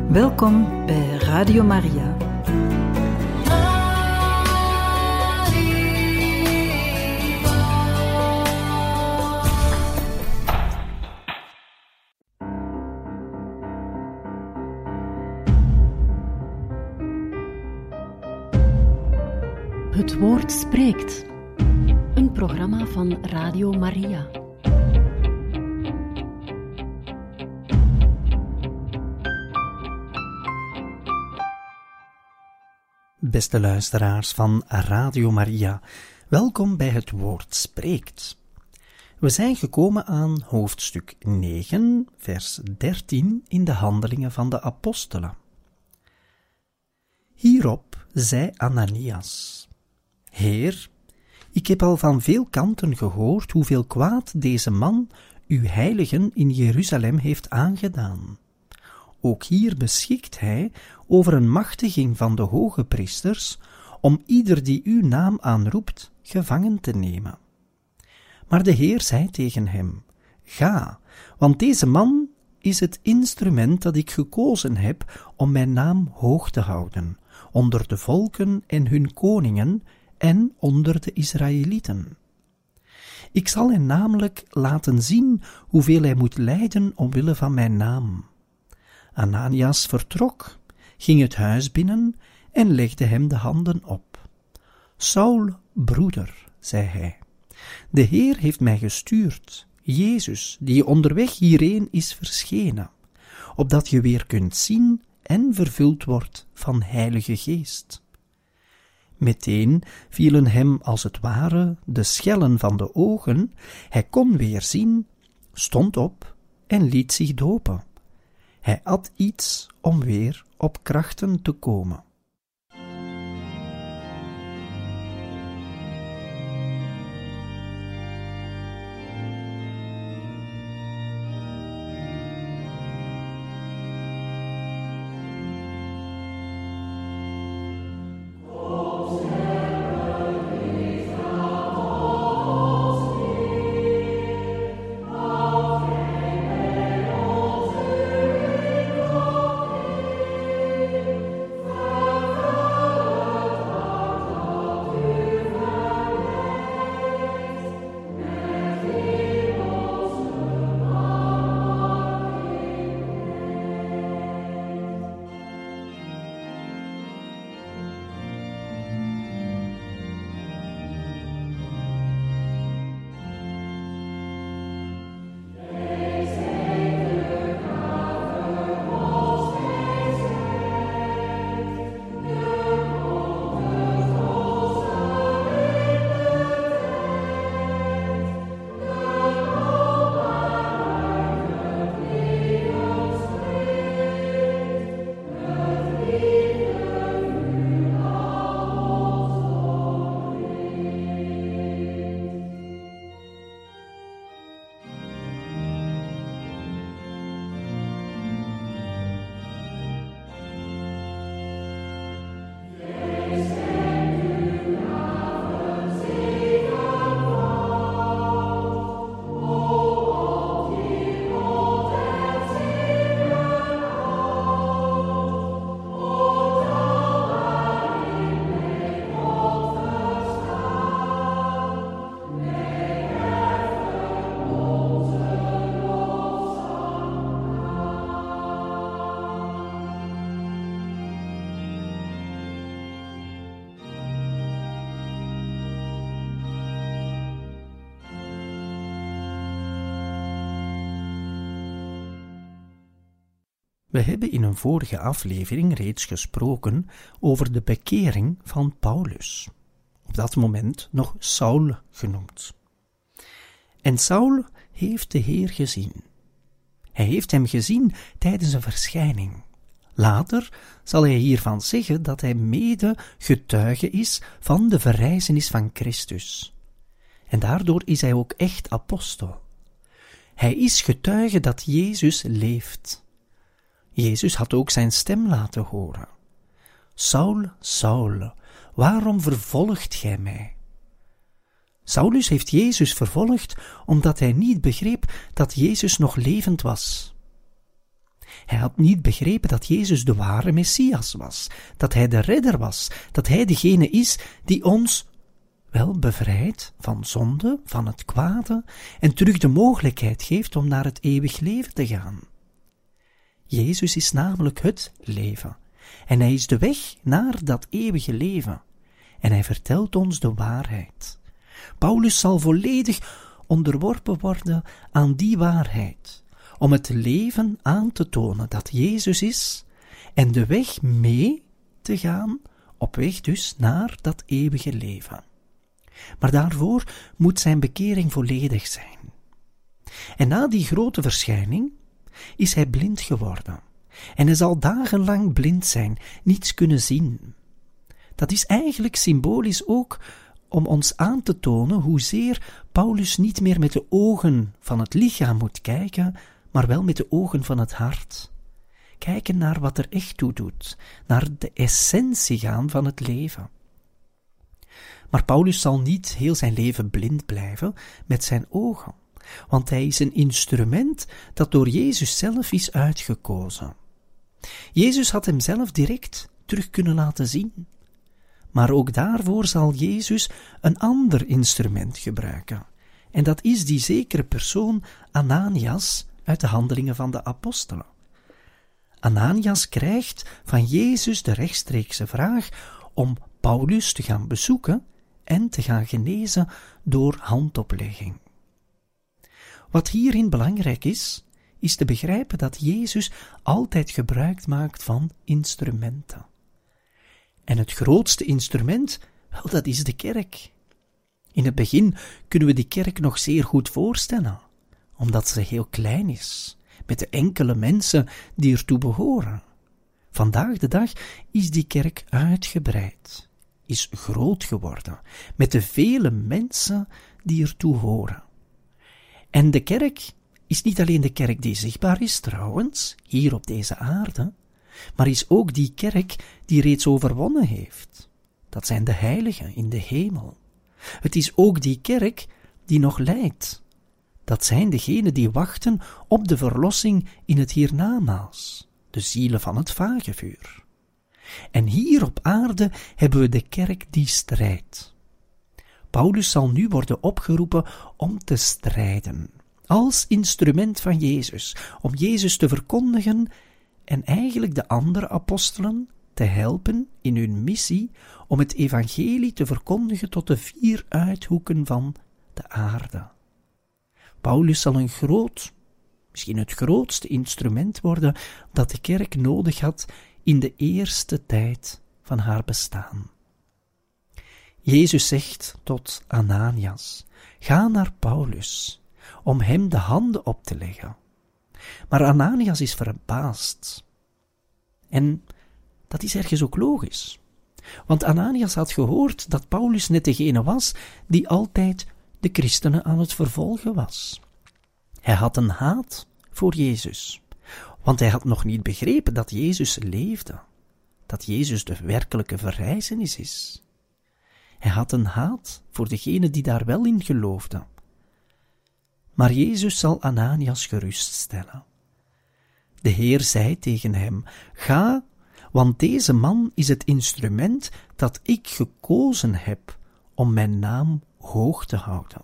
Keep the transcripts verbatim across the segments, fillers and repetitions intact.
Welkom bij Radio Maria. Het woord spreekt. Een programma van Radio Maria. Beste luisteraars van Radio Maria, welkom bij Het Woord Spreekt. We zijn gekomen aan hoofdstuk negen, vers dertien in de Handelingen van de Apostelen. Hierop zei Ananias: Heer, ik heb al van veel kanten gehoord hoeveel kwaad deze man uw heiligen in Jeruzalem heeft aangedaan. Ook hier beschikt hij over een machtiging van de hoge priesters om ieder die uw naam aanroept gevangen te nemen. Maar de Heer zei tegen hem: Ga, want deze man is het instrument dat ik gekozen heb om mijn naam hoog te houden, onder de volken en hun koningen en onder de Israëlieten. Ik zal hem namelijk laten zien hoeveel hij moet lijden omwille van mijn naam. Ananias vertrok, ging het huis binnen en legde hem de handen op. Saul, broeder, zei hij, de Heer heeft mij gestuurd, Jezus, die onderweg hierheen is verschenen, opdat je weer kunt zien en vervuld wordt van Heilige Geest. Meteen vielen hem als het ware de schellen van de ogen, hij kon weer zien, stond op en liet zich dopen. Hij at iets om weer op krachten te komen. We hebben in een vorige aflevering reeds gesproken over de bekering van Paulus, op dat moment nog Saul genoemd. En Saul heeft de Heer gezien. Hij heeft hem gezien tijdens een verschijning. Later zal hij hiervan zeggen dat hij mede getuige is van de verrijzenis van Christus. En daardoor is hij ook echt apostel. Hij is getuige dat Jezus leeft. Jezus had ook zijn stem laten horen. Saul, Saul, waarom vervolgt gij mij? Saulus heeft Jezus vervolgd omdat hij niet begreep dat Jezus nog levend was. Hij had niet begrepen dat Jezus de ware Messias was, dat hij de redder was, dat hij degene is die ons wel bevrijdt van zonde, van het kwade en terug de mogelijkheid geeft om naar het eeuwig leven te gaan. Jezus is namelijk het leven en hij is de weg naar dat eeuwige leven en hij vertelt ons de waarheid. Paulus zal volledig onderworpen worden aan die waarheid, om het leven aan te tonen dat Jezus is en de weg mee te gaan, op weg dus naar dat eeuwige leven. Maar daarvoor moet zijn bekering volledig zijn. En na die grote verschijning is hij blind geworden. En hij zal dagenlang blind zijn, niets kunnen zien. Dat is eigenlijk symbolisch ook om ons aan te tonen hoezeer Paulus niet meer met de ogen van het lichaam moet kijken, maar wel met de ogen van het hart. Kijken naar wat er echt toe doet, naar de essentie gaan van het leven. Maar Paulus zal niet heel zijn leven blind blijven met zijn ogen, want hij is een instrument dat door Jezus zelf is uitgekozen. Jezus had hem zelf direct terug kunnen laten zien. Maar ook daarvoor zal Jezus een ander instrument gebruiken. En dat is die zekere persoon Ananias uit de Handelingen van de Apostelen. Ananias krijgt van Jezus de rechtstreekse vraag om Paulus te gaan bezoeken en te gaan genezen door handoplegging. Wat hierin belangrijk is, is te begrijpen dat Jezus altijd gebruik maakt van instrumenten. En het grootste instrument, wel, dat is de kerk. In het begin kunnen we die kerk nog zeer goed voorstellen, omdat ze heel klein is, met de enkele mensen die ertoe behoren. Vandaag de dag is die kerk uitgebreid, is groot geworden, met de vele mensen die ertoe horen. En de kerk is niet alleen de kerk die zichtbaar is, trouwens, hier op deze aarde, maar is ook die kerk die reeds overwonnen heeft. Dat zijn de heiligen in de hemel. Het is ook die kerk die nog lijdt. Dat zijn degenen die wachten op de verlossing in het hiernamaals, de zielen van het vagevuur. En hier op aarde hebben we de kerk die strijdt. Paulus zal nu worden opgeroepen om te strijden, als instrument van Jezus, om Jezus te verkondigen en eigenlijk de andere apostelen te helpen in hun missie om het evangelie te verkondigen tot de vier uithoeken van de aarde. Paulus zal een groot, misschien het grootste instrument worden dat de kerk nodig had in de eerste tijd van haar bestaan. Jezus zegt tot Ananias: ga naar Paulus, om hem de handen op te leggen. Maar Ananias is verbaasd. En dat is ergens ook logisch. Want Ananias had gehoord dat Paulus net degene was die altijd de christenen aan het vervolgen was. Hij had een haat voor Jezus, want hij had nog niet begrepen dat Jezus leefde, dat Jezus de werkelijke verrijzenis is. Hij had een haat voor degene die daar wel in geloofden. Maar Jezus zal Ananias geruststellen. De Heer zei tegen hem: ga, want deze man is het instrument dat ik gekozen heb om mijn naam hoog te houden.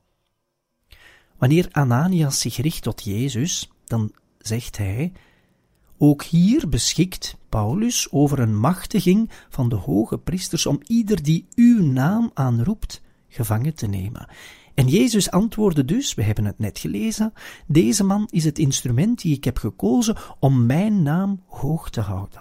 Wanneer Ananias zich richt tot Jezus, dan zegt hij: ook hier beschikt Paulus over een machtiging van de hoge priesters om ieder die uw naam aanroept gevangen te nemen. En Jezus antwoordde dus, we hebben het net gelezen, deze man is het instrument die ik heb gekozen om mijn naam hoog te houden.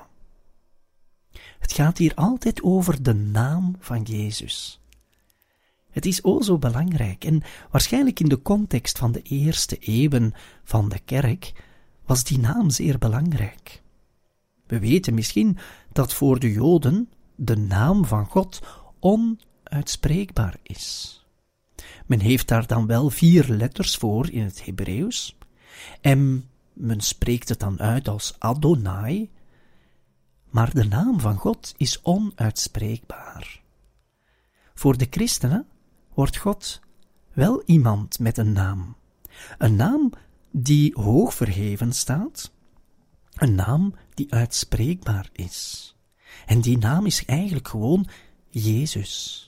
Het gaat hier altijd over de naam van Jezus. Het is o zo belangrijk en waarschijnlijk in de context van de eerste eeuwen van de kerk was die naam zeer belangrijk. We weten misschien dat voor de Joden de naam van God onuitspreekbaar is. Men heeft daar dan wel vier letters voor in het Hebreeuws en men spreekt het dan uit als Adonai, maar de naam van God is onuitspreekbaar. Voor de christenen wordt God wel iemand met een naam, een naam die hoog verheven staat, Een naam die uitspreekbaar is. En die naam is eigenlijk gewoon Jezus.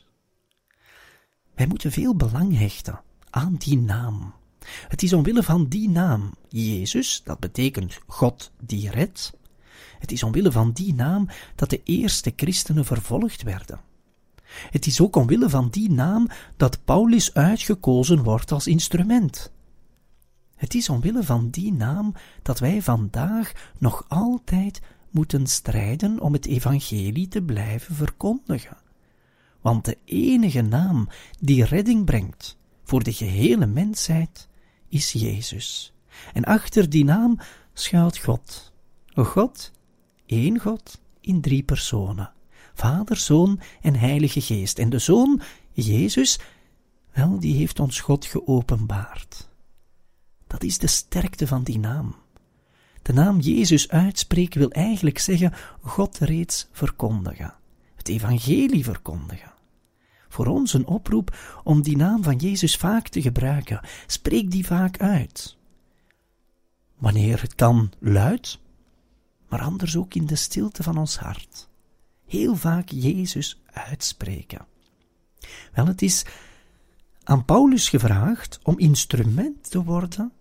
Wij moeten veel belang hechten aan die naam. Het is omwille van die naam, Jezus, dat betekent God die redt. Het is omwille van die naam dat de eerste christenen vervolgd werden. Het is ook omwille van die naam dat Paulus uitgekozen wordt als instrument. Het is omwille van die naam dat wij vandaag nog altijd moeten strijden om het evangelie te blijven verkondigen. Want de enige naam die redding brengt voor de gehele mensheid is Jezus. En achter die naam schuilt God. God, één God in drie personen. Vader, Zoon en Heilige Geest. En de Zoon, Jezus, wel, die heeft ons God geopenbaard. Dat is de sterkte van die naam. De naam Jezus uitspreken wil eigenlijk zeggen God reeds verkondigen. Het evangelie verkondigen. Voor ons een oproep om die naam van Jezus vaak te gebruiken. Spreek die vaak uit. Wanneer het kan, luid, maar anders ook in de stilte van ons hart. Heel vaak Jezus uitspreken. Wel, het is aan Paulus gevraagd om instrument te worden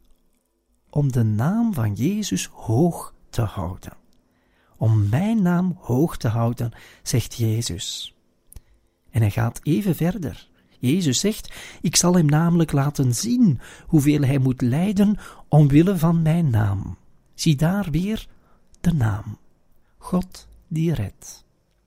om de naam van Jezus hoog te houden. Om mijn naam hoog te houden, zegt Jezus. En hij gaat even verder. Jezus zegt, ik zal hem namelijk laten zien hoeveel hij moet lijden omwille van mijn naam. Zie daar weer de naam. God die redt.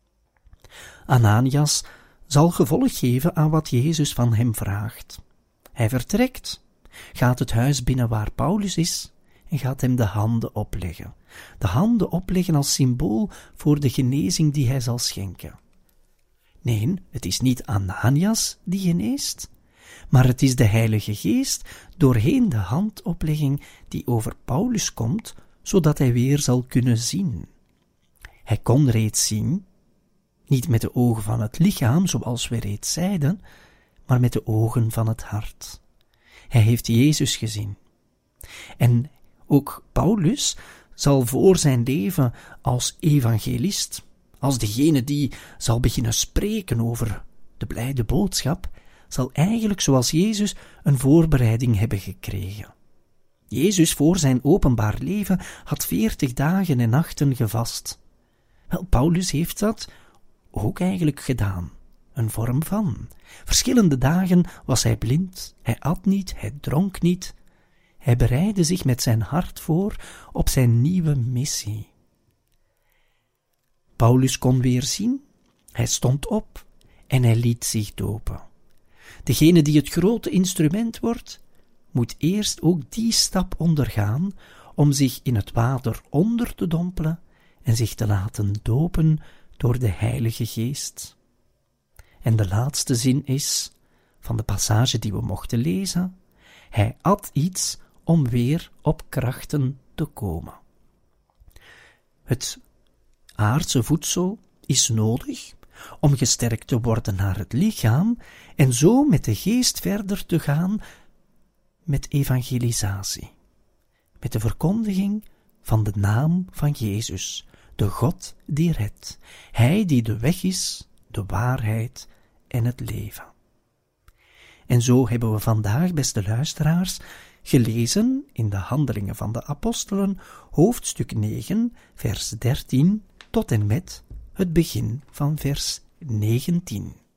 Ananias zal gevolg geven aan wat Jezus van hem vraagt. Hij vertrekt, gaat het huis binnen waar Paulus is en gaat hem de handen opleggen. De handen opleggen als symbool voor de genezing die hij zal schenken. Nee, het is niet Ananias die geneest, maar het is de Heilige Geest doorheen de handoplegging die over Paulus komt, zodat hij weer zal kunnen zien. Hij kon reeds zien, niet met de ogen van het lichaam, zoals we reeds zeiden, maar met de ogen van het hart. Hij heeft Jezus gezien. En ook Paulus zal voor zijn leven als evangelist, als degene die zal beginnen spreken over de blijde boodschap, zal eigenlijk zoals Jezus een voorbereiding hebben gekregen. Jezus voor zijn openbaar leven had veertig dagen en nachten gevast. Wel, Paulus heeft dat ook eigenlijk gedaan. Een vorm van. Verschillende dagen was hij blind, hij at niet, hij dronk niet. Hij bereidde zich met zijn hart voor op zijn nieuwe missie. Paulus kon weer zien, hij stond op en hij liet zich dopen. Degene die het grote instrument wordt, moet eerst ook die stap ondergaan om zich in het water onder te dompelen en zich te laten dopen door de Heilige Geest. En de laatste zin is, van de passage die we mochten lezen, hij at iets om weer op krachten te komen. Het aardse voedsel is nodig om gesterkt te worden naar het lichaam en zo met de geest verder te gaan met evangelisatie, met de verkondiging van de naam van Jezus, de God die redt, Hij die de weg is, de waarheid en het leven. En zo hebben we vandaag, beste luisteraars, gelezen in de Handelingen van de Apostelen, hoofdstuk negen, vers dertien tot en met het begin van vers negentien.